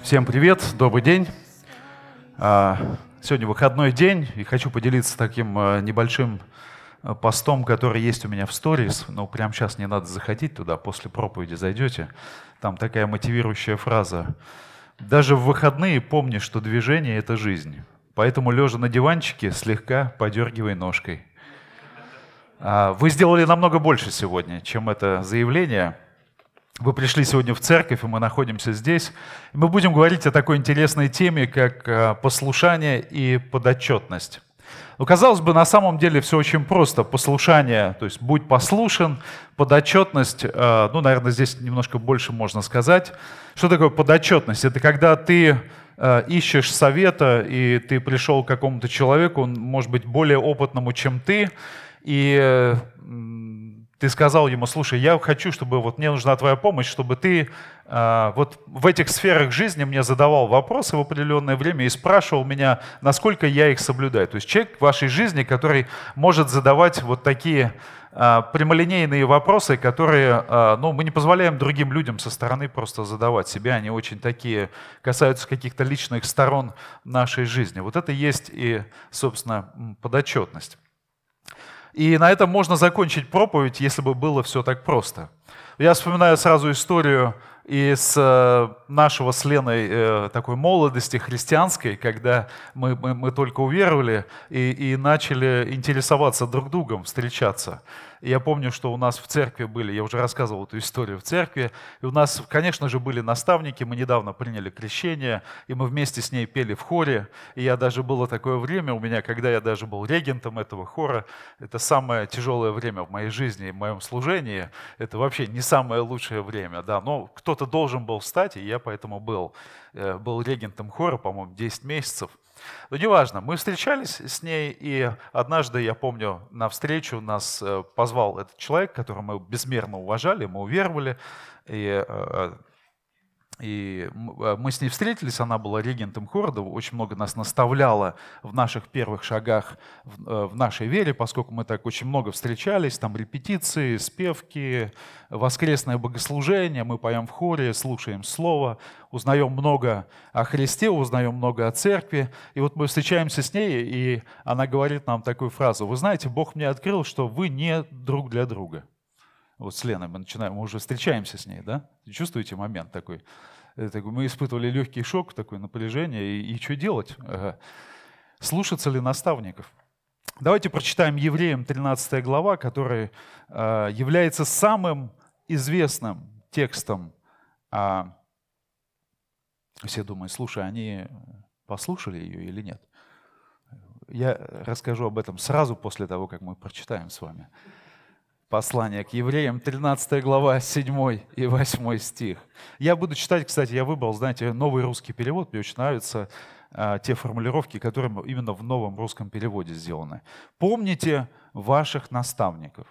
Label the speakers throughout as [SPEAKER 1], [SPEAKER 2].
[SPEAKER 1] Всем привет, добрый день. Сегодня выходной день, и хочу поделиться таким небольшим постом, который есть у меня в сторис. Но прямо сейчас не надо заходить туда, после проповеди зайдете. Там такая мотивирующая фраза. «Даже в выходные помни, что движение — это жизнь. Поэтому, лежа на диванчике, слегка подергивай ножкой». Вы сделали намного больше сегодня, чем это заявление. Вы пришли сегодня в церковь, и мы находимся здесь. И мы будем говорить о такой интересной теме, как послушание и подотчетность. Ну, казалось бы, на самом деле все очень просто. Послушание, то есть будь послушен, подотчетность, наверное, здесь немножко больше можно сказать. Что такое подотчетность? Это когда ты ищешь совета, и ты пришел к какому-то человеку, он может быть более опытному, чем ты, и ты сказал ему: слушай, я хочу, чтобы мне нужна твоя помощь, чтобы ты вот в этих сферах жизни мне задавал вопросы в определенное время и спрашивал меня, насколько я их соблюдаю. То есть человек в вашей жизни, который может задавать вот такие прямолинейные вопросы, которые мы не позволяем другим людям со стороны просто задавать себе. Они очень такие, касаются каких-то личных сторон нашей жизни. Вот это есть и, собственно, подотчетность. И на этом можно закончить проповедь, если бы было все так просто. Я вспоминаю сразу историю из нашего с Леной такой молодости христианской, когда мы только уверовали и начали интересоваться друг другом, встречаться. И я помню, что у нас в церкви были, я уже рассказывал эту историю в церкви, и у нас, конечно же, были наставники, мы недавно приняли крещение, и мы вместе с ней пели в хоре, и было такое время у меня, когда я даже был регентом этого хора. Это самое тяжелое время в моей жизни, в моем служении, это вообще не самое лучшее время, да, но кто-то должен был встать, и я поэтому был регентом хора, по-моему, 10 месяцев. Но неважно, мы встречались с ней, и однажды, я помню, на встречу нас позвал этот человек, которого мы безмерно уважали, мы уверовали, и мы с ней встретились, она была регентом хора, очень много нас наставляла в наших первых шагах в нашей вере, поскольку мы так очень много встречались, там репетиции, спевки, воскресное богослужение, мы поем в хоре, слушаем слово, узнаем много о Христе, узнаем много о церкви. И вот мы встречаемся с ней, и она говорит нам такую фразу: вы знаете, Бог мне открыл, что вы не друг для друга. Вот с Леной мы уже встречаемся с ней, да? Чувствуете момент такой? Мы испытывали легкий шок, такое напряжение, и что делать? Слушаться ли наставников? Давайте прочитаем Евреям 13 глава, который является самым известным текстом. Все думают: слушай, они послушали ее или нет? Я расскажу об этом сразу после того, как мы прочитаем с вами. Послание к Евреям, 13 глава, 7 и 8 стих. Я буду читать, кстати, я выбрал, знаете, новый русский перевод. Мне очень нравятся те формулировки, которые именно в новом русском переводе сделаны. «Помните ваших наставников,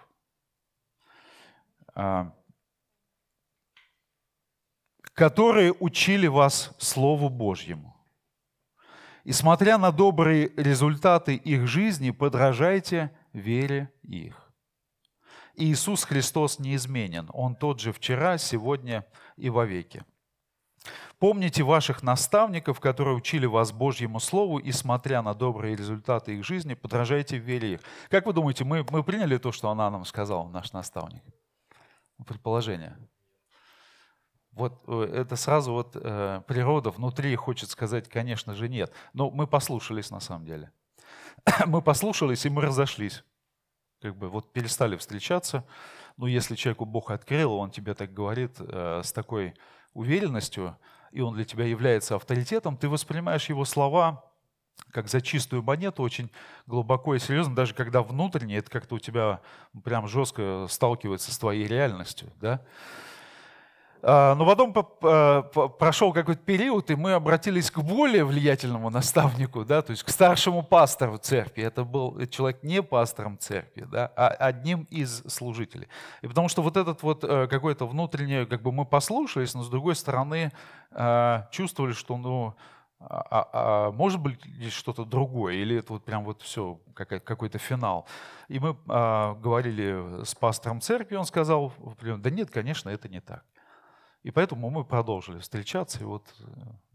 [SPEAKER 1] которые учили вас Слову Божьему. И смотря на добрые результаты их жизни, подражайте вере их. Иисус Христос неизменен. Он тот же вчера, сегодня и вовеки. Помните ваших наставников, которые учили вас Божьему Слову, и, смотря на добрые результаты их жизни, подражайте вере их». Как вы думаете, мы приняли то, что она нам сказала, наш наставник? Предположение. Вот это сразу природа внутри хочет сказать: конечно же, нет. Но мы послушались на самом деле. Мы послушались, и мы разошлись. Перестали встречаться. Но если человеку Бог открыл, он тебе так говорит с такой уверенностью, и он для тебя является авторитетом, ты воспринимаешь его слова как за чистую монету, очень глубоко и серьезно, даже когда внутренне это как-то у тебя прям жестко сталкивается с твоей реальностью. Да? Но потом прошел какой-то период, и мы обратились к более влиятельному наставнику, да, то есть к старшему пастору церкви. Это был человек не пастором церкви, да, а одним из служителей. И потому что какое-то внутреннее, мы послушались, но с другой стороны чувствовали, что может быть что-то другое, или это все, какой-то финал. И мы говорили с пастором церкви, он сказал: да нет, конечно, это не так. И поэтому мы продолжили встречаться, и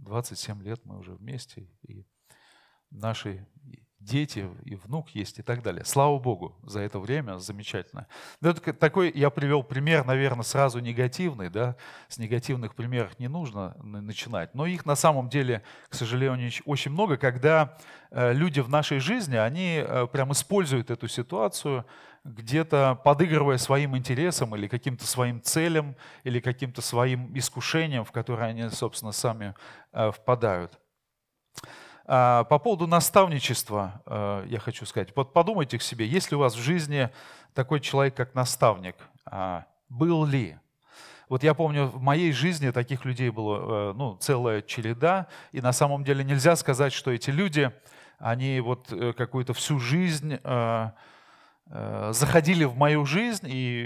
[SPEAKER 1] 27 лет мы уже вместе, и наши дети, и внук есть, и так далее. Слава Богу за это время, замечательно. Это такой, я привел пример, наверное, сразу негативный, да, с негативных примеров не нужно начинать, но их на самом деле, к сожалению, очень много, когда люди в нашей жизни, они прям используют эту ситуацию, где-то подыгрывая своим интересам или каким-то своим целям, или каким-то своим искушениям, в которые они, собственно, сами впадают. По поводу наставничества я хочу сказать. Вот подумайте к себе, есть ли у вас в жизни такой человек, как наставник? Был ли? Вот я помню, в моей жизни таких людей было целая череда, и на самом деле нельзя сказать, что эти люди, они вот какую-то всю жизнь заходили в мою жизнь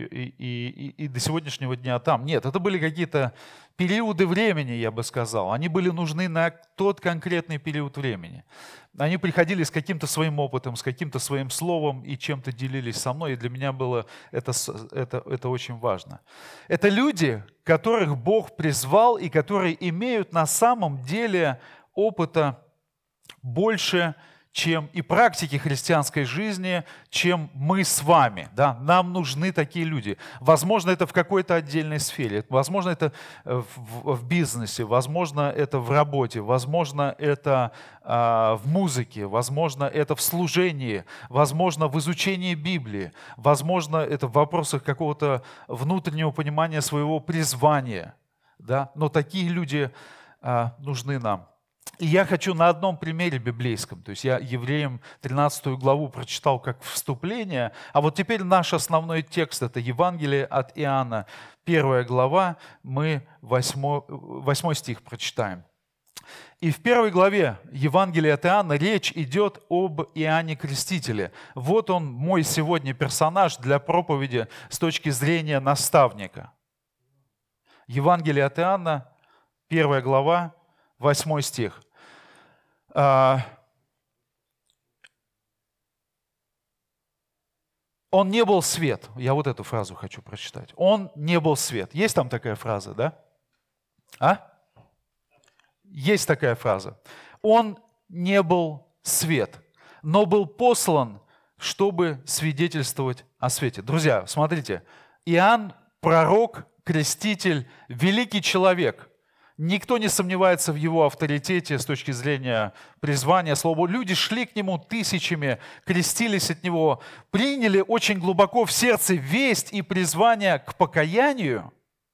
[SPEAKER 1] и до сегодняшнего дня там. Нет, это были какие-то периоды времени, я бы сказал. Они были нужны на тот конкретный период времени. Они приходили с каким-то своим опытом, с каким-то своим словом и чем-то делились со мной, и для меня было это очень важно. Это люди, которых Бог призвал и которые имеют на самом деле опыта больше, чем и практики христианской жизни, чем мы с вами. Да? Нам нужны такие люди. Возможно, это в какой-то отдельной сфере, возможно, это в бизнесе, возможно, это в работе, возможно, это в музыке, возможно, это в служении, возможно, в изучении Библии, возможно, это в вопросах какого-то внутреннего понимания своего призвания. Да? Но такие люди нужны нам. И я хочу на одном примере библейском, то есть я Евреям 13 главу прочитал как вступление, а вот теперь наш основной текст – это Евангелие от Иоанна, 1 глава, мы 8 стих прочитаем. И в 1 главе Евангелия от Иоанна речь идет об Иоанне Крестителе. Вот он, мой сегодня персонаж для проповеди с точки зрения наставника. Евангелие от Иоанна, 1 глава, 8 стих. Он не был свет. Я вот эту фразу хочу прочитать. Он не был свет. Есть там такая фраза, да? Есть такая фраза. Он не был свет, но был послан, чтобы свидетельствовать о свете. Друзья, смотрите. Иоанн, пророк, креститель, великий человек. Никто не сомневается в его авторитете с точки зрения призвания, слова. Люди шли к нему тысячами, крестились от него, приняли очень глубоко в сердце весть и призвание к покаянию.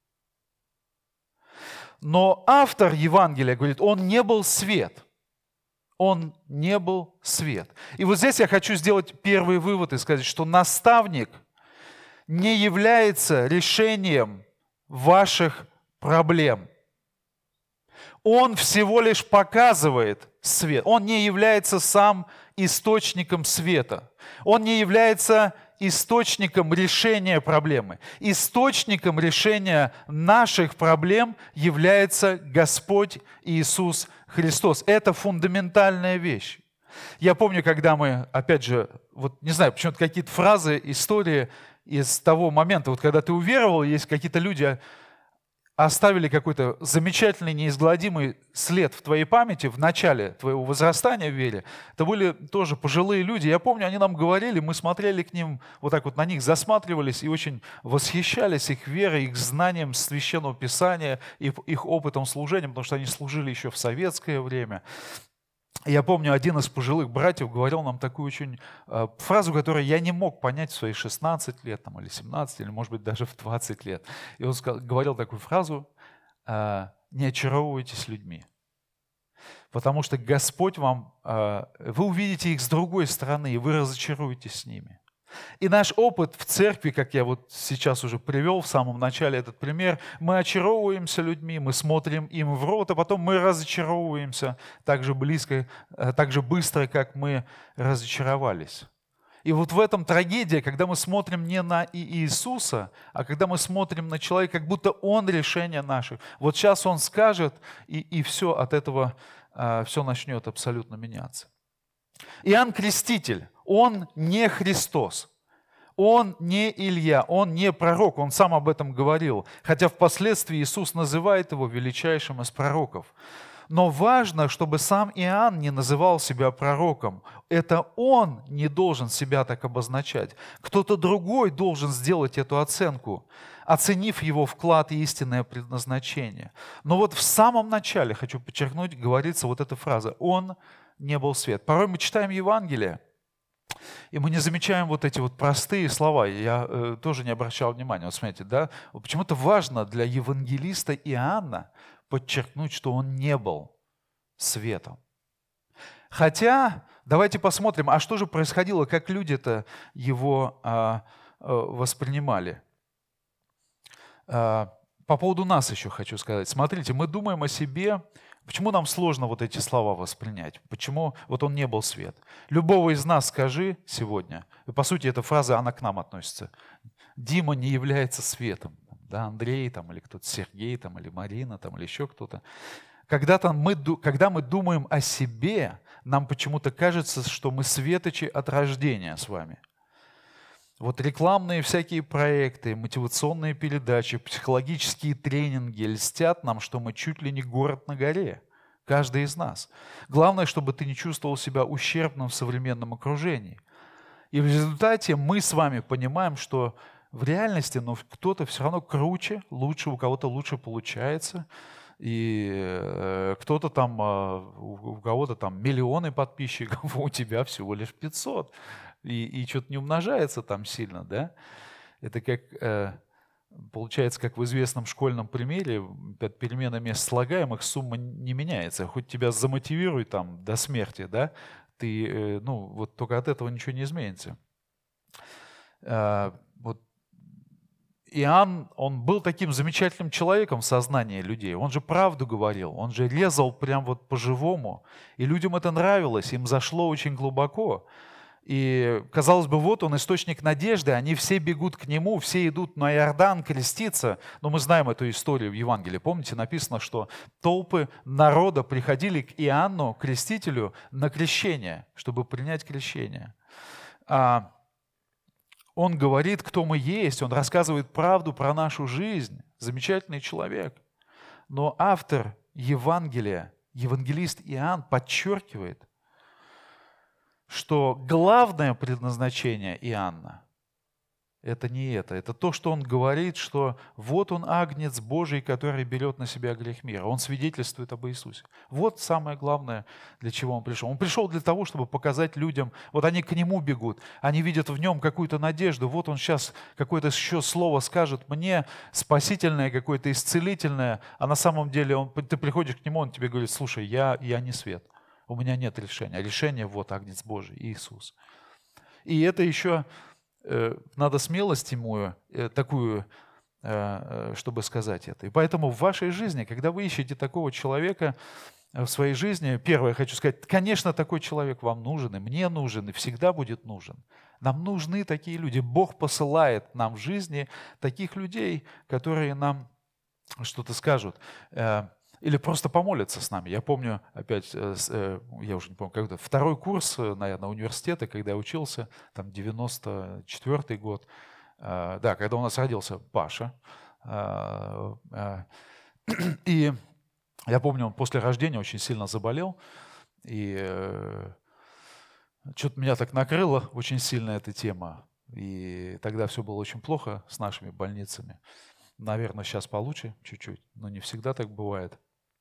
[SPEAKER 1] Но автор Евангелия говорит, он не был свет. Он не был свет. И вот здесь я хочу сделать первый вывод и сказать, что наставник не является решением ваших проблем. Он всего лишь показывает свет. Он не является сам источником света. Он не является источником решения проблемы. Источником решения наших проблем является Господь Иисус Христос. Это фундаментальная вещь. Я помню, когда мы, опять же, вот не знаю, почему-то какие-то фразы, истории из того момента, вот когда ты уверовал, есть какие-то люди, оставили какой-то замечательный, неизгладимый след в твоей памяти в начале твоего возрастания в вере. Это были тоже пожилые люди. Я помню, они нам говорили, мы смотрели к ним, вот так вот на них засматривались и очень восхищались их верой, их знанием Священного Писания, их опытом служения, потому что они служили еще в советское время. Я помню, один из пожилых братьев говорил нам такую очень фразу, которую я не мог понять в свои 16 лет, или 17, или, может быть, даже в 20 лет. И он говорил такую фразу: «Не очаровывайтесь людьми, потому что Господь вам, вы увидите их с другой стороны, и вы разочаруетесь с ними». И наш опыт в церкви, как я вот сейчас уже привел в самом начале этот пример, мы очаровываемся людьми, мы смотрим им в рот, а потом мы разочаровываемся так же быстро, как мы разочаровались. И вот в этом трагедия, когда мы смотрим не на Иисуса, а когда мы смотрим на человека, как будто Он решение наше. Вот сейчас Он скажет, и все от этого, все начнет абсолютно меняться. Иоанн Креститель, он не Христос, он не Илья, он не пророк, он сам об этом говорил, хотя впоследствии Иисус называет его величайшим из пророков. Но важно, чтобы сам Иоанн не называл себя пророком. Это он не должен себя так обозначать. Кто-то другой должен сделать эту оценку, оценив его вклад и истинное предназначение. Но вот в самом начале, хочу подчеркнуть, говорится вот эта фраза: «Он не был свет». Порой мы читаем Евангелие, и мы не замечаем вот эти вот простые слова. Я тоже не обращал внимания. Вот смотрите, да? Вот почему-то важно для евангелиста Иоанна подчеркнуть, что он не был светом. Хотя, давайте посмотрим, а что же происходило, как люди-то его воспринимали. По поводу нас еще хочу сказать. Смотрите, мы думаем о себе. Почему нам сложно вот эти слова воспринять? Почему вот он не был свет? Любого из нас скажи сегодня, и по сути эта фраза, она к нам относится. Дима не является светом. Да, Андрей там, или кто-то, Сергей там, или Марина там, или еще кто-то. Когда мы думаем о себе, нам почему-то кажется, что мы светочи от рождения с вами. Вот рекламные всякие проекты, мотивационные передачи, психологические тренинги льстят нам, что мы чуть ли не город на горе. Каждый из нас. Главное, чтобы ты не чувствовал себя ущербным в современном окружении. И в результате мы с вами понимаем, что в реальности кто-то все равно круче, лучше, у кого-то лучше получается. И кто-то там, у кого-то там миллионы подписчиков, у тебя всего лишь 500. И что-то не умножается там сильно, да? Это как, получается, как в известном школьном примере, от перемены мест слагаемых сумма не меняется. Хоть тебя замотивируй там до смерти, да? Ты, вот только от этого ничего не изменится. Вот Иоанн, он был таким замечательным человеком в сознании людей. Он же правду говорил, он же резал прям вот по-живому. И людям это нравилось, им зашло очень глубоко. И, казалось бы, вот он, источник надежды, они все бегут к нему, все идут на Иордан креститься. Но мы знаем эту историю в Евангелии. Помните, написано, что толпы народа приходили к Иоанну, крестителю, на крещение, чтобы принять крещение. Он говорит, кто мы есть, он рассказывает правду про нашу жизнь. Замечательный человек. Но автор Евангелия, евангелист Иоанн, подчеркивает, что главное предназначение Иоанна – это не это. Это то, что он говорит, что вот он агнец Божий, который берет на себя грех мира. Он свидетельствует об Иисусе. Вот самое главное, для чего он пришел. Он пришел для того, чтобы показать людям, вот они к нему бегут, они видят в нем какую-то надежду. Вот он сейчас какое-то еще слово скажет мне, спасительное, какое-то исцелительное, а на самом деле ты приходишь к нему, он тебе говорит: слушай, я не свет. У меня нет решения. А решение вот агнец Божий, Иисус. И это еще надо смелость ему такую, чтобы сказать это. И поэтому в вашей жизни, когда вы ищете такого человека в своей жизни, первое хочу сказать, конечно, такой человек вам нужен, и мне нужен, и всегда будет нужен. Нам нужны такие люди. Бог посылает нам в жизни таких людей, которые нам что-то скажут. Или просто помолятся с нами. Я помню, опять, я уже не помню, когда второй курс, наверное, университета, когда я учился, там 94-й год, да, когда у нас родился Паша. И я помню, он после рождения очень сильно заболел, и что-то меня так накрыло очень сильно эта тема. И тогда все было очень плохо с нашими больницами. Наверное, сейчас получше чуть-чуть, но не всегда так бывает.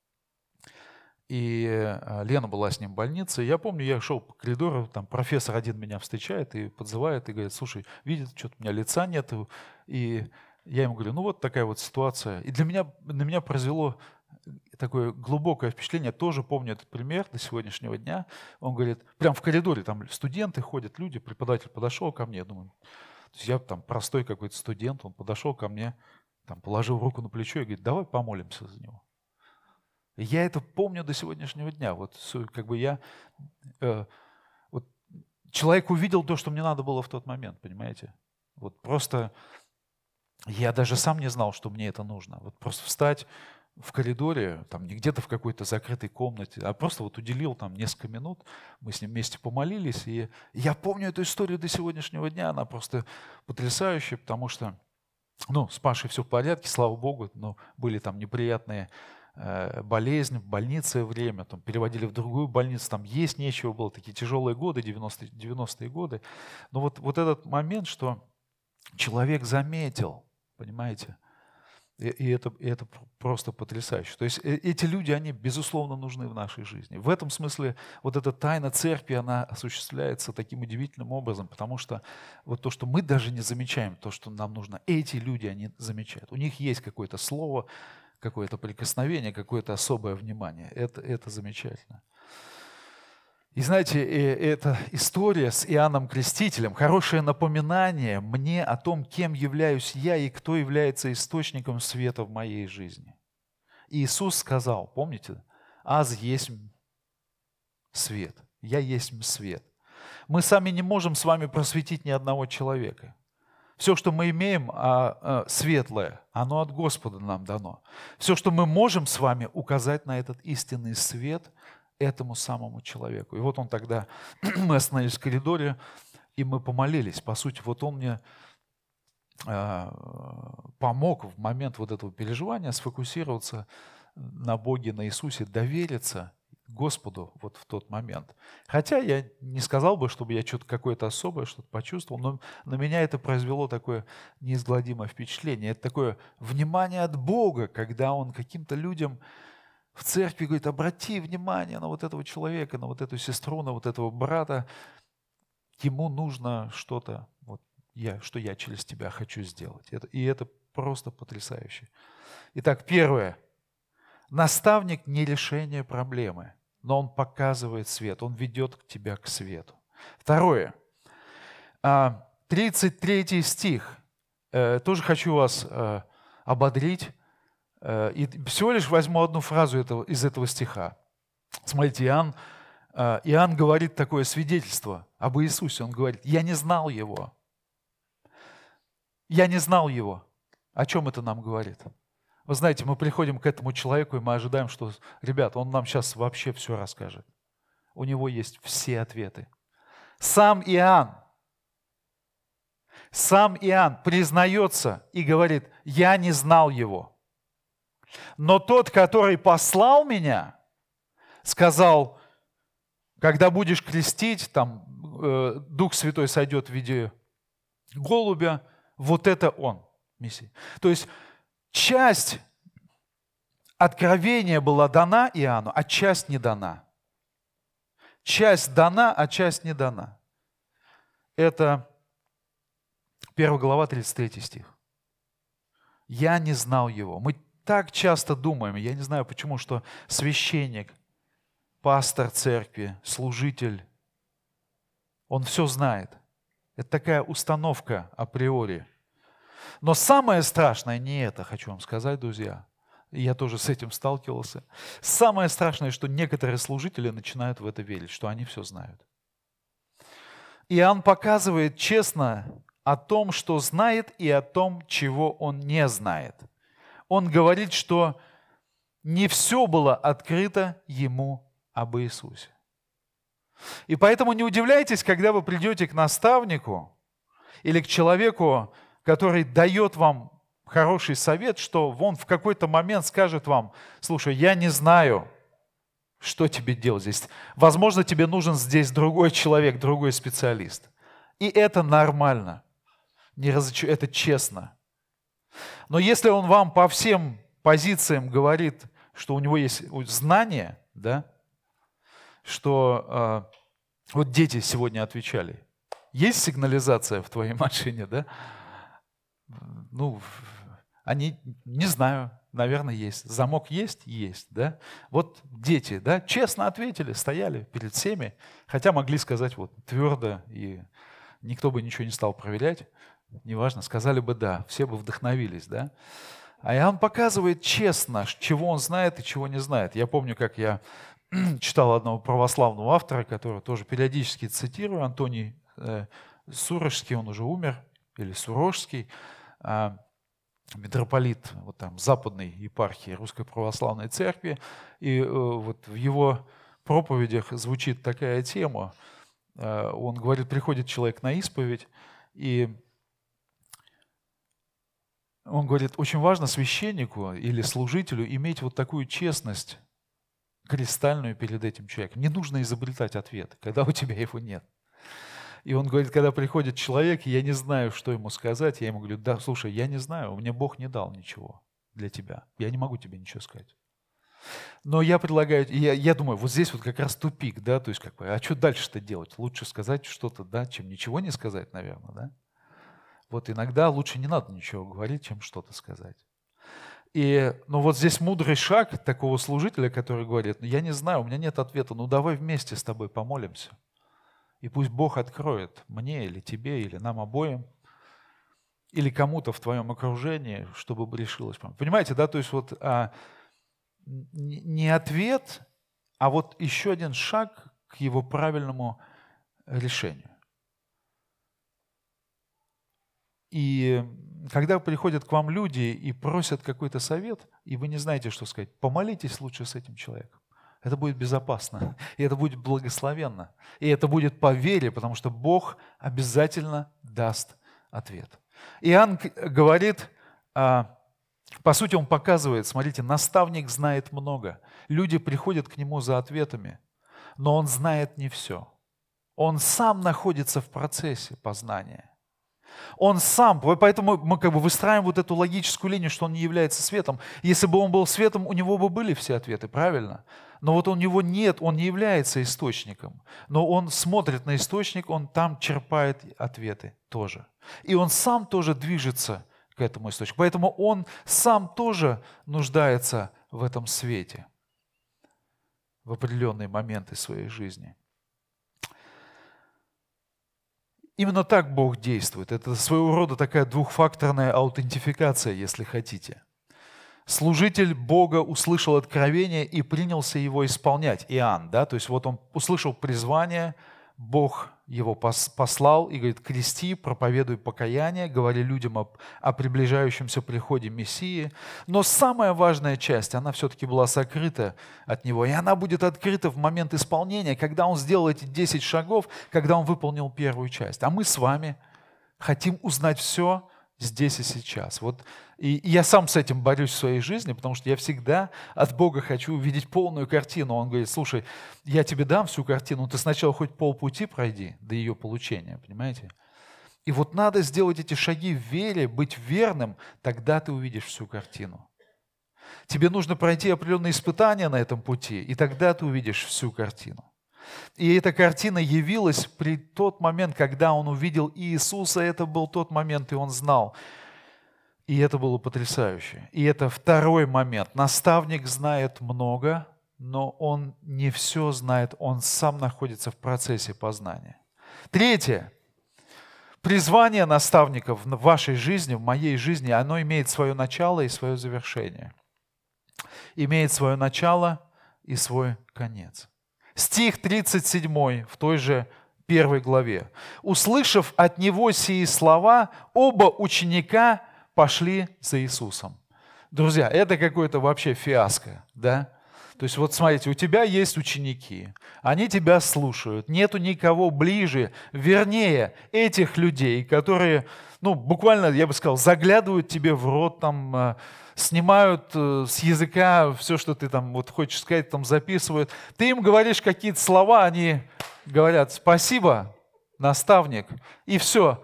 [SPEAKER 1] И Лена была с ним в больнице. Я помню, я шел по коридору, там профессор один меня встречает и подзывает, и говорит: слушай, видит, что-то у меня лица нету. И я ему говорю: ну вот такая вот ситуация. И на меня произвело такое глубокое впечатление. Я тоже помню этот пример до сегодняшнего дня. Он говорит, прям в коридоре, там студенты ходят, люди, преподаватель подошел ко мне, я думаю, то есть я там простой какой-то студент, он подошел ко мне, там положил руку на плечо и говорит: давай помолимся за него. Я это помню до сегодняшнего дня. Вот как бы вот человек увидел то, что мне надо было в тот момент, понимаете? Вот просто я даже сам не знал, что мне это нужно. Вот просто встать в коридоре, там не где-то в какой-то закрытой комнате, а просто вот уделил там несколько минут, мы с ним вместе помолились, и я помню эту историю до сегодняшнего дня, она просто потрясающая, потому что, с Пашей все в порядке, слава Богу, но были там неприятные болезнь, в больнице время, там, переводили в другую больницу, там есть нечего было, такие тяжелые годы, 90-е годы. Но вот этот момент, что человек заметил, понимаете, и это просто потрясающе. То есть эти люди, они, безусловно, нужны в нашей жизни. В этом смысле вот эта тайна церкви, она осуществляется таким удивительным образом, потому что вот то, что мы даже не замечаем, то, что нам нужно, эти люди, они замечают. У них есть какое-то слово, какое-то прикосновение, какое-то особое внимание. Это замечательно. И знаете, эта история с Иоанном Крестителем, хорошее напоминание мне о том, кем являюсь я и кто является источником света в моей жизни. И Иисус сказал, помните, «Аз есть свет, я есть свет». Мы сами не можем с вами просветить ни одного человека. Все, что мы имеем светлое, оно от Господа нам дано. Все, что мы можем с вами указать на этот истинный свет этому самому человеку. И вот он тогда, мы остановились в коридоре, и мы помолились. По сути, вот он мне помог в момент вот этого переживания сфокусироваться на Боге, на Иисусе, довериться Господу вот в тот момент. Хотя я не сказал бы, чтобы я что-то какое-то особое, что-то почувствовал, но на меня это произвело такое неизгладимое впечатление. Это такое внимание от Бога, когда Он каким-то людям в церкви говорит: обрати внимание на вот этого человека, на вот эту сестру, на вот этого брата. Ему нужно что-то, вот что я через тебя хочу сделать. И это просто потрясающе. Итак, первое. Наставник не решение проблемы, но он показывает свет, он ведет тебя к свету. Второе. 33 стих. Тоже хочу вас ободрить. И всего лишь возьму одну фразу из этого стиха. Смотрите, Иоанн говорит такое свидетельство об Иисусе. Он говорит: «Я не знал Его». Я не знал Его. О чем это нам говорит? Вы знаете, мы приходим к этому человеку, и мы ожидаем, что, ребят, он нам сейчас вообще все расскажет. У него есть все ответы. Сам Иоанн признается и говорит: «Я не знал Его». Но тот, который послал меня, сказал: когда будешь крестить, там Дух Святой сойдет в виде голубя, вот это Он, Мессия. То есть часть откровения была дана Иоанну, а часть не дана. Часть дана, а часть не дана. Это 1 глава, 33 стих. «Я не знал Его». Мы так часто думаем, я не знаю почему, что священник, пастор церкви, служитель, он все знает. Это такая установка априори. Но самое страшное не это, хочу вам сказать, друзья. Я тоже с этим сталкивался. Самое страшное, что некоторые служители начинают в это верить, что они все знают. Иоанн показывает честно о том, что знает, и о том, чего он не знает. Он говорит, что не все было открыто ему об Иисусе. И поэтому не удивляйтесь, когда вы придете к наставнику или к человеку, который дает вам хороший совет, что он в какой-то момент скажет вам: слушай, я не знаю, что тебе делать здесь. Возможно, тебе нужен здесь другой человек, другой специалист. И это нормально. Это честно. Но если он вам по всем позициям говорит, что у него есть знания, да, что вот дети сегодня отвечали: есть сигнализация в твоей машине, да? Ну, они, не знаю, наверное, есть. Замок есть? Есть, да? Вот дети, да, честно ответили, стояли перед всеми, хотя могли сказать вот твердо, и никто бы ничего не стал проверять, неважно, сказали бы да, все бы вдохновились, да? А Иоанн показывает честно, чего он знает и чего не знает. Я помню, как я читал одного православного автора, которого тоже периодически цитирую, Антоний Сурожский, он уже умер, или Сурожский, митрополит вот там, западной епархии Русской Православной Церкви. И вот в его проповедях звучит такая тема. Он говорит, приходит человек на исповедь, и Он говорит, очень важно священнику или служителю иметь вот такую честность кристальную перед этим человеком. Не нужно изобретать ответ, когда у тебя его нет. И он говорит, когда приходит человек, и я не знаю, что ему сказать, я ему говорю, да, слушай, я не знаю, мне Бог не дал ничего для тебя. Я не могу тебе ничего сказать. Но я предлагаю, я думаю, вот здесь вот как раз тупик, да, то есть как бы, а что дальше-то делать? Лучше сказать что-то, да, чем ничего не сказать, наверное, да? Вот иногда лучше не надо ничего говорить, чем что-то сказать. Но вот здесь мудрый шаг такого служителя, который говорит, ну я не знаю, у меня нет ответа, ну давай вместе с тобой помолимся. И пусть Бог откроет мне или тебе, или нам обоим, или кому-то в твоем окружении, чтобы решилось. Понимаете, да, то есть вот не ответ, а вот еще один шаг к его правильному решению. И когда приходят к вам люди и просят какой-то совет, и вы не знаете, что сказать, помолитесь лучше с этим человеком. Это будет безопасно, и это будет благословенно, и это будет по вере, потому что Бог обязательно даст ответ. Иоанн говорит, по сути, он показывает, смотрите, наставник знает много. Люди приходят к нему за ответами, но он знает не все. Он сам находится в процессе познания. Он сам, поэтому мы как бы выстраиваем вот эту логическую линию, что он не является светом. Если бы он был светом, у него бы были все ответы, правильно? Но вот у него нет, он не является источником. Но он смотрит на источник, он там черпает ответы тоже. И он сам тоже движется к этому источнику. Поэтому он сам тоже нуждается в этом свете в определенные моменты своей жизни. Именно так Бог действует. Это своего рода такая двухфакторная аутентификация, если хотите. Служитель Бога услышал откровение и принялся его исполнять. Иоанн, да, то есть вот он услышал призвание, Бог его послал и говорит, крести, проповедуй покаяние, говори людям о приближающемся приходе Мессии. Но самая важная часть, она все-таки была сокрыта от него. И она будет открыта в момент исполнения, когда он сделал эти 10 шагов, когда он выполнил первую часть. А мы с вами хотим узнать все здесь и сейчас. Вот. И я сам с этим борюсь в своей жизни, потому что я всегда от Бога хочу увидеть полную картину. Он говорит, слушай, я тебе дам всю картину, ты сначала хоть полпути пройди до ее получения, понимаете? И вот надо сделать эти шаги в вере, быть верным, тогда ты увидишь всю картину. Тебе нужно пройти определенные испытания на этом пути, и тогда ты увидишь всю картину. И эта картина явилась при тот момент, когда он увидел Иисуса, это был тот момент, и он знал. И это было потрясающе. И это второй момент. Наставник знает много, но он не все знает, он сам находится в процессе познания. Третье. Призвание наставников в вашей жизни, в моей жизни, оно имеет свое начало и свое завершение. Имеет свое начало и свой конец. Стих 37 в той же 1 главе. «Услышав от него сии слова, оба ученика пошли за Иисусом». Друзья, это какое-то вообще фиаско, да? То есть вот смотрите, у тебя есть ученики, они тебя слушают, нету никого ближе, вернее, этих людей, которые, буквально, я бы сказал, заглядывают тебе в рот, там, снимают с языка все, что ты там вот хочешь сказать, там записывают. Ты им говоришь какие-то слова, они говорят «спасибо, наставник», и все.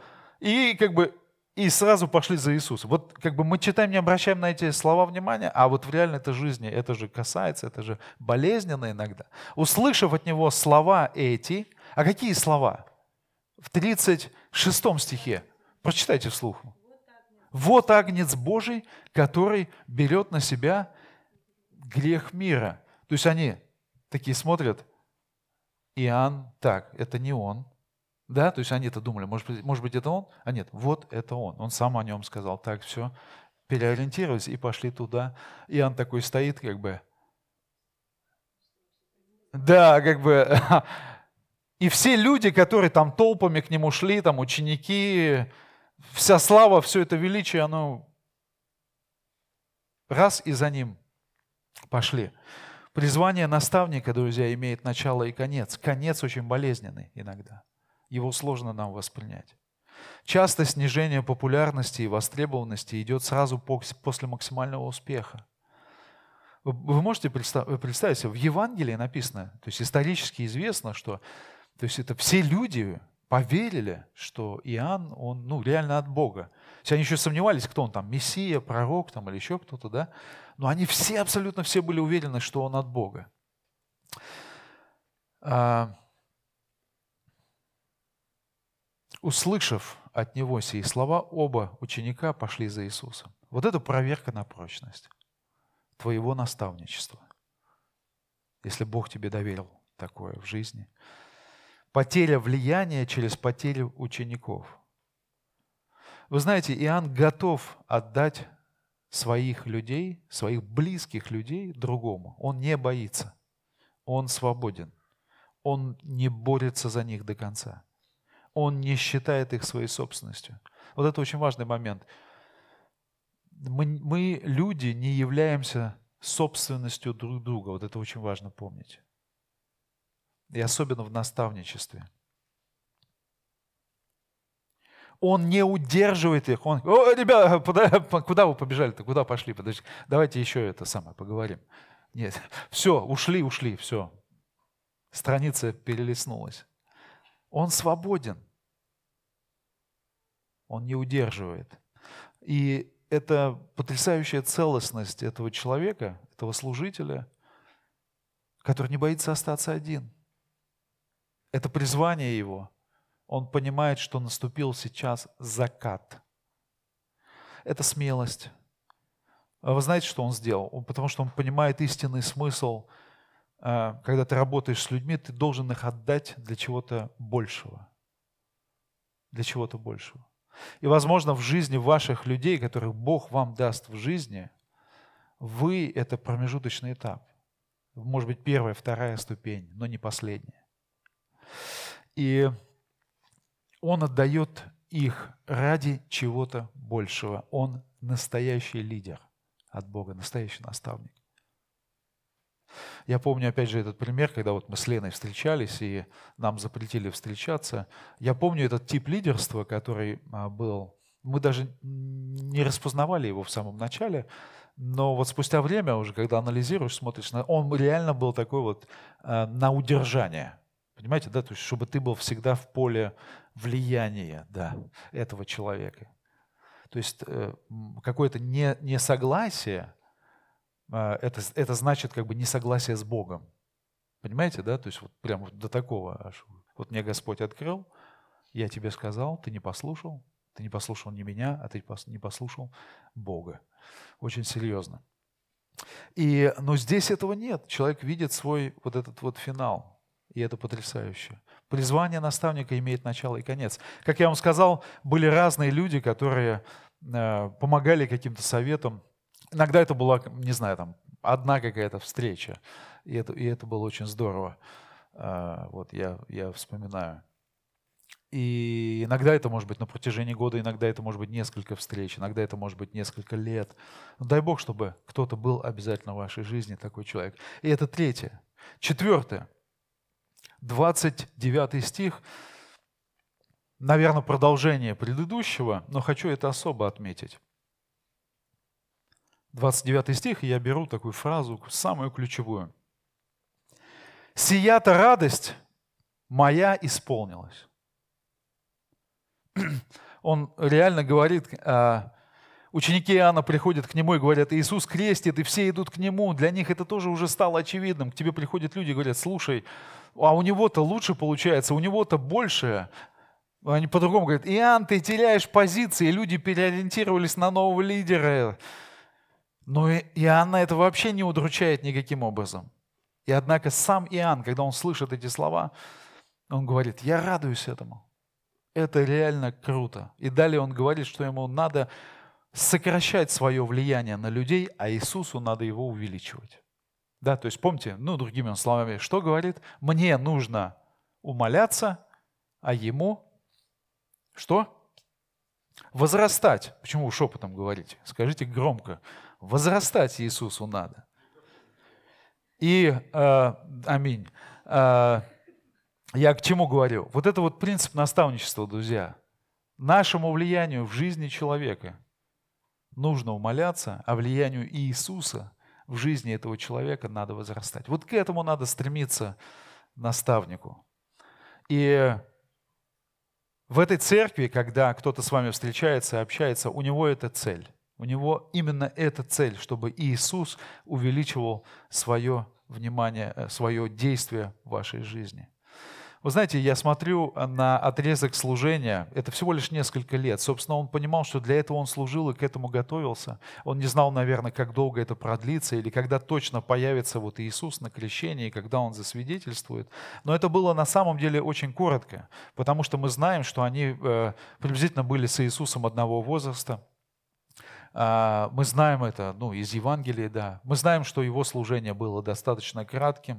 [SPEAKER 1] И сразу пошли за Иисусом. Вот как бы мы читаем, не обращаем на эти слова внимания, а вот в реальной этой жизни это же касается, это же болезненно иногда. Услышав от него слова эти, а какие слова? В 36 стихе. Прочитайте вслух. «Вот Агнец Божий, который берет на себя грех мира». То есть они такие смотрят, Иоанн, так, это не он. Да, то есть они-то думали, может быть, это он? А нет, вот это он. Он сам о нем сказал. Так, все, переориентировались и пошли туда. Иоанн такой стоит, как бы. Да, как бы. И все люди, которые там толпами к нему шли, там ученики, вся слава, все это величие, оно раз и за ним пошли. Призвание наставника, друзья, имеет начало и конец. Конец очень болезненный иногда. Его сложно нам воспринять. Часто снижение популярности и востребованности идет сразу после максимального успеха. Вы можете представить себе, в Евангелии написано, то есть исторически известно, что то есть это все люди поверили, что Иоанн, он реально от Бога. То есть они еще сомневались, кто он там, Мессия, пророк там, или еще кто-то, да? Но они все, абсолютно все были уверены, что он от Бога. Услышав от него сии слова, оба ученика пошли за Иисусом. Вот это проверка на прочность твоего наставничества, если Бог тебе доверил такое в жизни. Потеря влияния через потерю учеников. Вы знаете, Иоанн готов отдать своих людей, своих близких людей другому. Он не боится. Он свободен. Он не борется за них до конца. Он не считает их своей собственностью. Вот это очень важный момент. Мы, люди, не являемся собственностью друг друга. Вот это очень важно помнить. И особенно в наставничестве. Он не удерживает их. Он: о, ребята, куда вы побежали-то? Куда пошли? Подожди, давайте еще это самое поговорим. Нет, все, ушли, все. Страница перелистнулась. Он свободен. Он не удерживает. И это потрясающая целостность этого человека, этого служителя, который не боится остаться один. Это призвание его. Он понимает, что наступил сейчас закат. Это смелость. А вы знаете, что он сделал? Потому что он понимает истинный смысл. Когда ты работаешь с людьми, ты должен их отдать для чего-то большего. Для чего-то большего. И, возможно, в жизни ваших людей, которых Бог вам даст в жизни, вы – это промежуточный этап. Может быть, первая, вторая ступень, но не последняя. И он отдает их ради чего-то большего. Он настоящий лидер от Бога, настоящий наставник. Я помню, опять же, этот пример, когда вот мы с Леной встречались, и нам запретили встречаться. Я помню этот тип лидерства, который был. Мы даже не распознавали его в самом начале, но вот спустя время уже, когда анализируешь, смотришь, он реально был такой вот на удержание. Понимаете, да? То есть, чтобы ты был всегда в поле влияния, да, этого человека. То есть какое-то несогласие, это значит как бы несогласие с Богом. Понимаете, да? То есть вот прямо до такого. Вот мне Господь открыл, я тебе сказал, ты не послушал не меня, а ты не послушал Бога. Очень серьезно. Но здесь этого нет. Человек видит свой вот этот вот финал. И это потрясающе. Призвание наставника имеет начало и конец. Как я вам сказал, были разные люди, которые помогали каким-то советам. Иногда это была, не знаю, там, одна какая-то встреча. И это было очень здорово. Вот я вспоминаю. И иногда это может быть на протяжении года, иногда это может быть несколько встреч, иногда это может быть несколько лет. Но дай Бог, чтобы кто-то был обязательно в вашей жизни, такой человек. И это третье. Четвертое. 29 стих, наверное, продолжение предыдущего, но хочу это особо отметить. 29 стих, и я беру такую фразу, самую ключевую. «Сия-то радость моя исполнилась». Он реально говорит, ученики Иоанна приходят к нему и говорят: Иисус крестит, и все идут к нему. Для них это тоже уже стало очевидным. К тебе приходят люди и говорят: слушай, а у него-то лучше получается, у него-то больше. Они по-другому говорят: Иоанн, ты теряешь позиции, люди переориентировались на нового лидера. Но Иоанна это вообще не удручает никаким образом. И однако сам Иоанн, когда он слышит эти слова, он говорит: я радуюсь этому. Это реально круто. И далее он говорит, что ему надо сокращать свое влияние на людей, а Иисусу надо его увеличивать. Да, то есть помните, другими словами, что говорит? Мне нужно умоляться, а ему что? Возрастать. Почему вы шепотом говорите? Скажите громко. Возрастать Иисусу надо. И, аминь. Я к чему говорю? Вот это вот принцип наставничества, друзья. Нашему влиянию в жизни человека нужно умаляться, а влиянию Иисуса в жизни этого человека надо возрастать. Вот к этому надо стремиться наставнику. И в этой церкви, когда кто-то с вами встречается, общается, у него это цель. У него именно эта цель, чтобы Иисус увеличивал свое внимание, свое действие в вашей жизни. Вы знаете, я смотрю на отрезок служения, это всего лишь несколько лет. Собственно, он понимал, что для этого он служил и к этому готовился. Он не знал, наверное, как долго это продлится или когда точно появится вот Иисус на крещении, когда он засвидетельствует. Но это было на самом деле очень коротко, потому что мы знаем, что они приблизительно были с Иисусом одного возраста. Мы знаем это из Евангелия, да. Мы знаем, что его служение было достаточно кратким.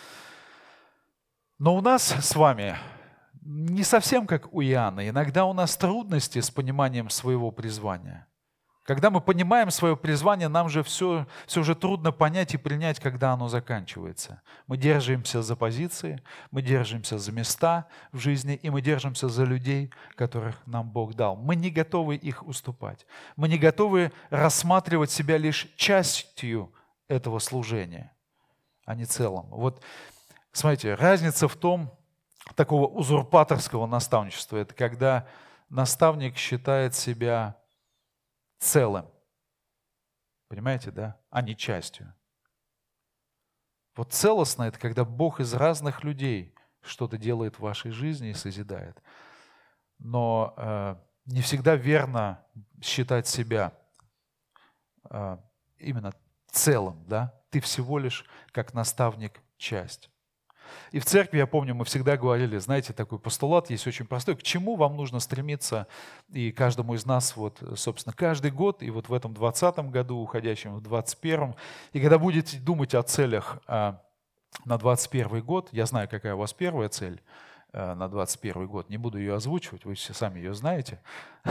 [SPEAKER 1] Но у нас с вами не совсем как у Иоанна. Иногда у нас трудности с пониманием своего призвания. Когда мы понимаем свое призвание, нам же все же трудно понять и принять, когда оно заканчивается. Мы держимся за позиции, мы держимся за места в жизни, и мы держимся за людей, которых нам Бог дал. Мы не готовы их уступать. Мы не готовы рассматривать себя лишь частью этого служения, а не целым. Вот смотрите, разница в том, такого узурпаторского наставничества, это когда наставник считает себя целым. Понимаете, да? А не частью. Вот целостно это когда Бог из разных людей что-то делает в вашей жизни и созидает. Но не всегда верно считать себя именно целым, да? Ты всего лишь как наставник часть. И в церкви, я помню, мы всегда говорили, знаете, такой постулат есть очень простой, к чему вам нужно стремиться, и каждому из нас, вот, собственно, каждый год, и вот в этом 2020 году, уходящем в 2021, и когда будете думать о целях на 2021 год, я знаю, какая у вас первая цель на 2021 год, не буду ее озвучивать, вы все сами ее знаете.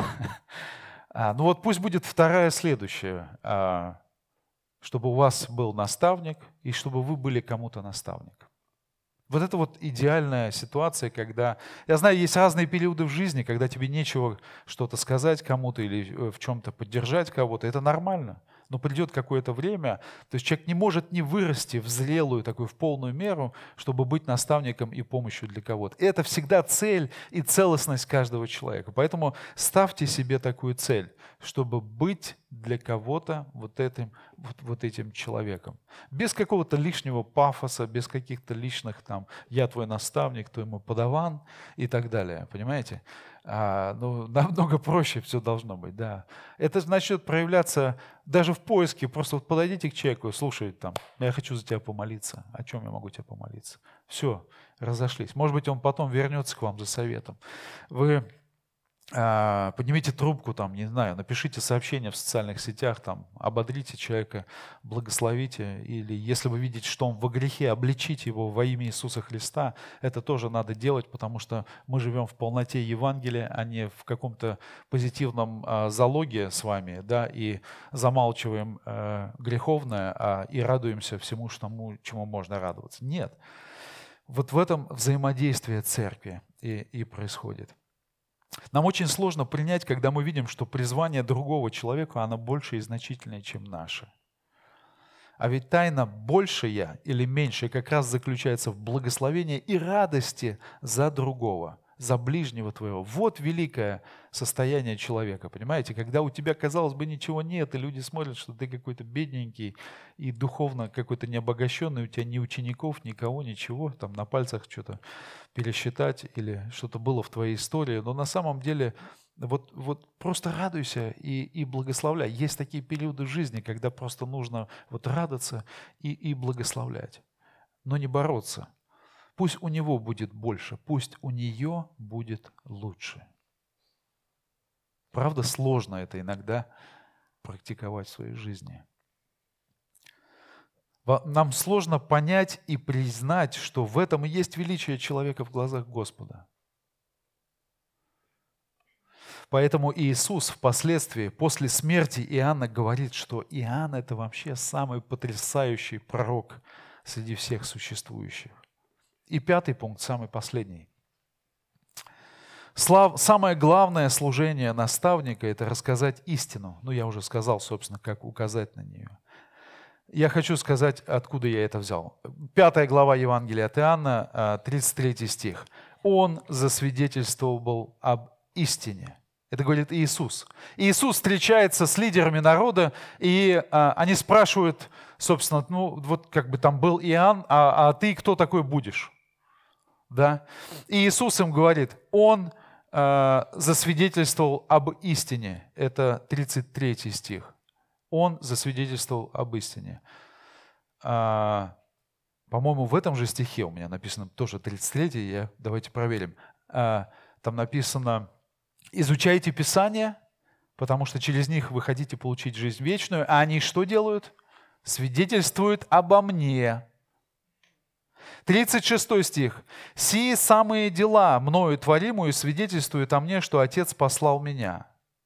[SPEAKER 1] Ну вот пусть будет вторая следующая, чтобы у вас был наставник, и чтобы вы были кому-то наставником. Вот это вот идеальная ситуация, когда... Я знаю, есть разные периоды в жизни, когда тебе нечего что-то сказать кому-то или в чем-то поддержать кого-то. Это нормально. Но придет какое-то время, то есть человек не может не вырасти в зрелую, такую в полную меру, чтобы быть наставником и помощью для кого-то. Это всегда цель и целостность каждого человека. Поэтому ставьте себе такую цель, чтобы быть для кого-то вот этим человеком. Без какого-то лишнего пафоса, без каких-то личных там «я твой наставник, ты мой подаван» и так далее. Понимаете? Намного проще все должно быть, да. Это начнет проявляться даже в поиске. Просто вот подойдите к человеку, слушай, там, я хочу за тебя помолиться. О чем я могу тебе помолиться? Все, разошлись. Может быть, он потом вернется к вам за советом. Вы поднимите трубку, там, не знаю, напишите сообщение в социальных сетях, там, ободрите человека, благословите, или если вы видите, что он во грехе, обличите его во имя Иисуса Христа. Это тоже надо делать, потому что мы живем в полноте Евангелия, а не в каком-то позитивном залоге с вами, да, и замалчиваем греховное, и радуемся всему, чему можно радоваться. Нет. Вот в этом взаимодействие церкви и происходит. Нам очень сложно принять, когда мы видим, что призвание другого человека, оно больше и значительнее, чем наше. А ведь тайна большая или меньшая как раз заключается в благословении и радости за другого, за ближнего твоего. Вот великое состояние человека, понимаете? Когда у тебя, казалось бы, ничего нет, и люди смотрят, что ты какой-то бедненький и духовно какой-то необогащенный, у тебя ни учеников, никого, ничего, там на пальцах что-то пересчитать или что-то было в твоей истории, но на самом деле вот просто радуйся и благословляй. Есть такие периоды жизни, когда просто нужно вот радоваться и благословлять, но не бороться. Пусть у него будет больше, пусть у нее будет лучше. Правда, сложно это иногда практиковать в своей жизни. Нам сложно понять и признать, что в этом и есть величие человека в глазах Господа. Поэтому Иисус впоследствии, после смерти Иоанна, говорит, что Иоанн – это вообще самый потрясающий пророк среди всех существующих. И пятый пункт, самый последний. Самое главное служение наставника – это рассказать истину. Ну, я уже сказал, собственно, как указать на нее. Я хочу сказать, откуда я это взял. 5 глава Евангелия от Иоанна, 33 стих. «Он засвидетельствовал об истине». Это говорит Иисус. Иисус встречается с лидерами народа, и они спрашивают, собственно, ну вот как бы там был Иоанн, а ты кто такой будешь? Да? И Иисус им говорит, Он засвидетельствовал об истине. Это 33 стих. Он засвидетельствовал об истине. По-моему, в этом же стихе у меня написано тоже 33, давайте проверим. Там написано, изучайте Писание, потому что через них вы хотите получить жизнь вечную, а они что делают? Свидетельствуют обо мне. 36 стих. «Сии самые дела, мною творимую, свидетельствуют о мне, что Отец послал меня».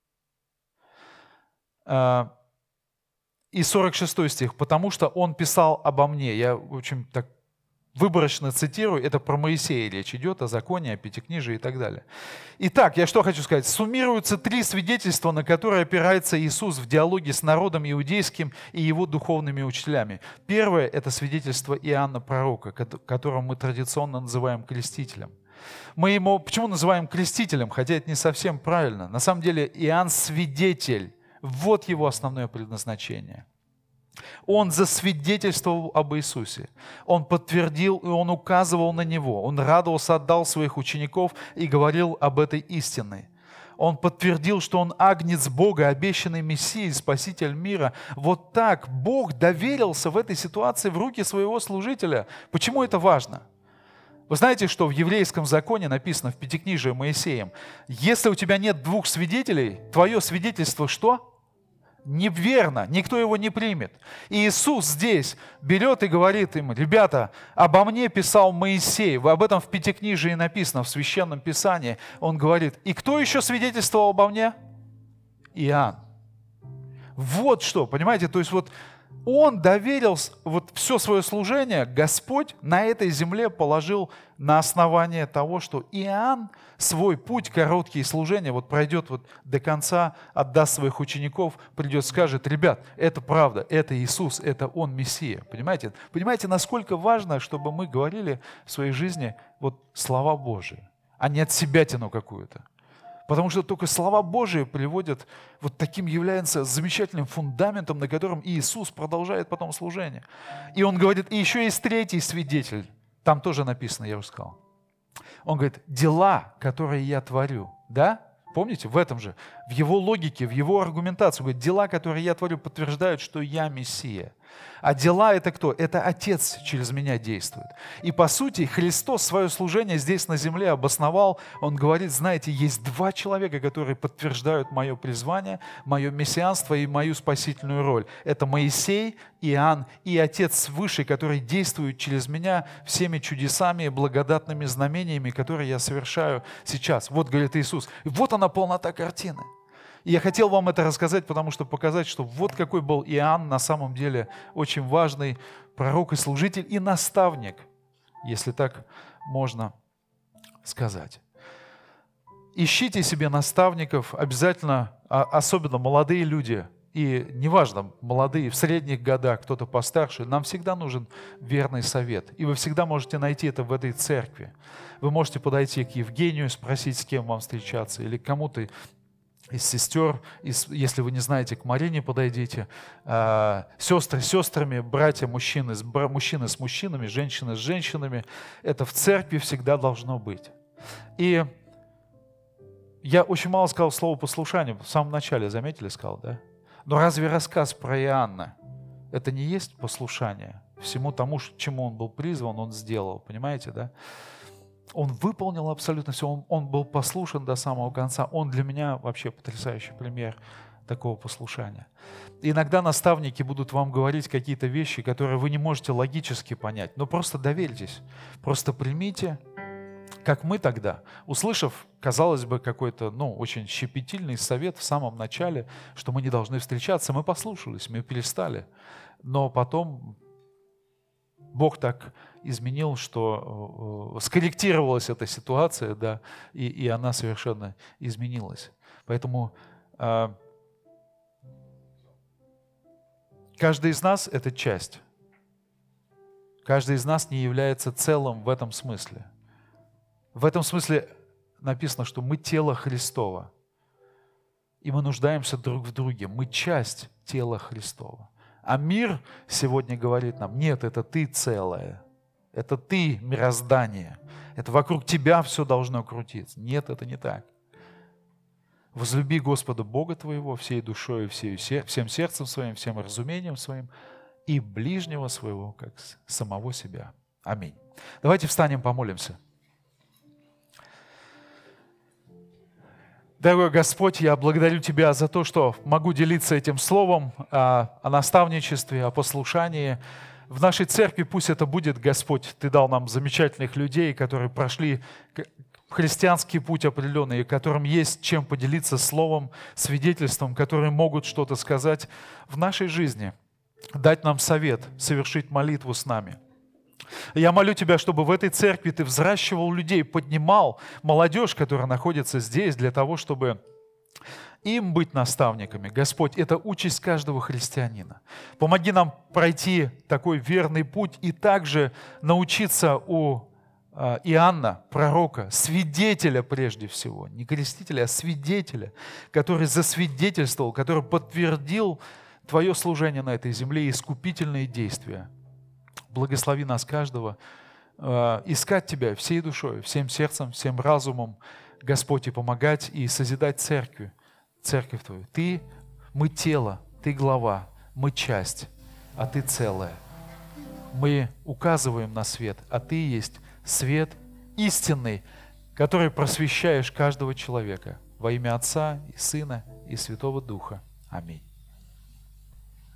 [SPEAKER 1] И 46 стих. «Потому что он писал обо мне». Я очень так выборочно цитирую. Это про Моисея речь идет, о законе, о пятикнижии и так далее. Итак, я что хочу сказать. Суммируются 3 свидетельства, на которые опирается Иисус в диалоге с народом иудейским и его духовными учителями. Первое – это свидетельство Иоанна Пророка, которого мы традиционно называем крестителем. Мы его почему называем крестителем, хотя это не совсем правильно. На самом деле Иоанн – свидетель. Вот его основное предназначение. Он засвидетельствовал об Иисусе. Он подтвердил и он указывал на Него. Он радовался, отдал своих учеников и говорил об этой истине. Он подтвердил, что Он агнец Бога, обещанный Мессией, Спаситель мира. Вот так Бог доверился в этой ситуации в руки своего служителя. Почему это важно? Вы знаете, что в еврейском законе написано в Пятикнижии Моисеем, если у тебя нет 2 свидетелей, твое свидетельство что? Неверно, никто его не примет. И Иисус здесь берет и говорит им, ребята, обо мне писал Моисей, об этом в Пятикнижии написано, в Священном Писании. Он говорит, и кто еще свидетельствовал обо мне? Иоанн. Вот что, понимаете, то есть вот он доверил вот все свое служение, Господь на этой земле положил на основание того, что Иоанн свой путь, короткий служения, вот пройдет вот до конца, отдаст своих учеников, придет, скажет, ребят, это правда, это Иисус, это Он Мессия. Понимаете? Понимаете, насколько важно, чтобы мы говорили в своей жизни вот слова Божии, а не от себятину какую-то. Потому что только слова Божии приводят, вот таким является замечательным фундаментом, на котором Иисус продолжает потом служение. И Он говорит, и еще есть 3 свидетель, там тоже написано, я уже сказал. Он говорит, дела, которые я творю, да? Помните, в этом же, в его логике, в его аргументации, говорит, дела, которые я творю, подтверждают, что я Мессия. А дела это кто? Это Отец через меня действует. И по сути Христос свое служение здесь на земле обосновал. Он говорит, знаете, есть 2 человека, которые подтверждают мое призвание, мое мессианство и мою спасительную роль. Это Моисей, Иоанн и Отец свыше, который действует через меня всеми чудесами и благодатными знамениями, которые я совершаю сейчас. Вот, говорит Иисус, вот она полнота картины. И я хотел вам это рассказать, потому что показать, что вот какой был Иоанн на самом деле очень важный пророк и служитель и наставник, если так можно сказать. Ищите себе наставников, обязательно, особенно молодые люди, и неважно, молодые, в средних годах, кто-то постарше, нам всегда нужен верный совет. И вы всегда можете найти это в этой церкви. Вы можете подойти к Евгению, спросить, с кем вам встречаться, или к кому-то из сестер, если вы не знаете, к Марине подойдите, сестры с сестрами, братья, мужчины с мужчинами, женщины с женщинами. Это в церкви всегда должно быть. И я очень мало сказал слово послушание, в самом начале, заметили, сказал, да? Но разве рассказ про Иоанна, это не есть послушание? Всему тому, чему он был призван, он сделал, понимаете, да? Он выполнил абсолютно все, он был послушен до самого конца. Он для меня вообще потрясающий пример такого послушания. Иногда наставники будут вам говорить какие-то вещи, которые вы не можете логически понять, но просто доверьтесь, просто примите, как мы тогда, услышав, казалось бы, какой-то, очень щепетильный совет в самом начале, что мы не должны встречаться, мы послушались, мы перестали, но потом Бог так изменил, что скорректировалась эта ситуация, да, и она совершенно изменилась. Поэтому каждый из нас — это часть. Каждый из нас не является целым в этом смысле. В этом смысле написано, что мы тело Христово. И мы нуждаемся друг в друге. Мы часть тела Христова. А мир сегодня говорит нам: нет, это ты целое. Это ты мироздание. Это вокруг тебя все должно крутиться. Нет, это не так. Возлюби Господа Бога твоего всей душой, всем сердцем своим, всем разумением своим и ближнего своего, как самого себя. Аминь. Давайте встанем, помолимся. Дорогой Господь, я благодарю Тебя за то, что могу делиться этим словом о наставничестве, о послушании. В нашей церкви пусть это будет, Господь. Ты дал нам замечательных людей, которые прошли христианский путь определенный, которым есть чем поделиться словом, свидетельством, которые могут что-то сказать в нашей жизни, дать нам совет, совершить молитву с нами. Я молю Тебя, чтобы в этой церкви Ты взращивал людей, поднимал молодежь, которая находится здесь, для того, чтобы им быть наставниками. Господь, это участь каждого христианина. Помоги нам пройти такой верный путь и также научиться у Иоанна, пророка, свидетеля прежде всего, не крестителя, а свидетеля, который засвидетельствовал, который подтвердил Твое служение на этой земле и искупительные действия. Благослови нас каждого искать Тебя всей душой, всем сердцем, всем разумом, Господь, и помогать и созидать церковь Твою. Мы тело, Ты глава, мы часть, а Ты целое. Мы указываем на свет, а Ты есть свет истинный, который просвещаешь каждого человека. Во имя Отца и Сына и Святого Духа. Аминь.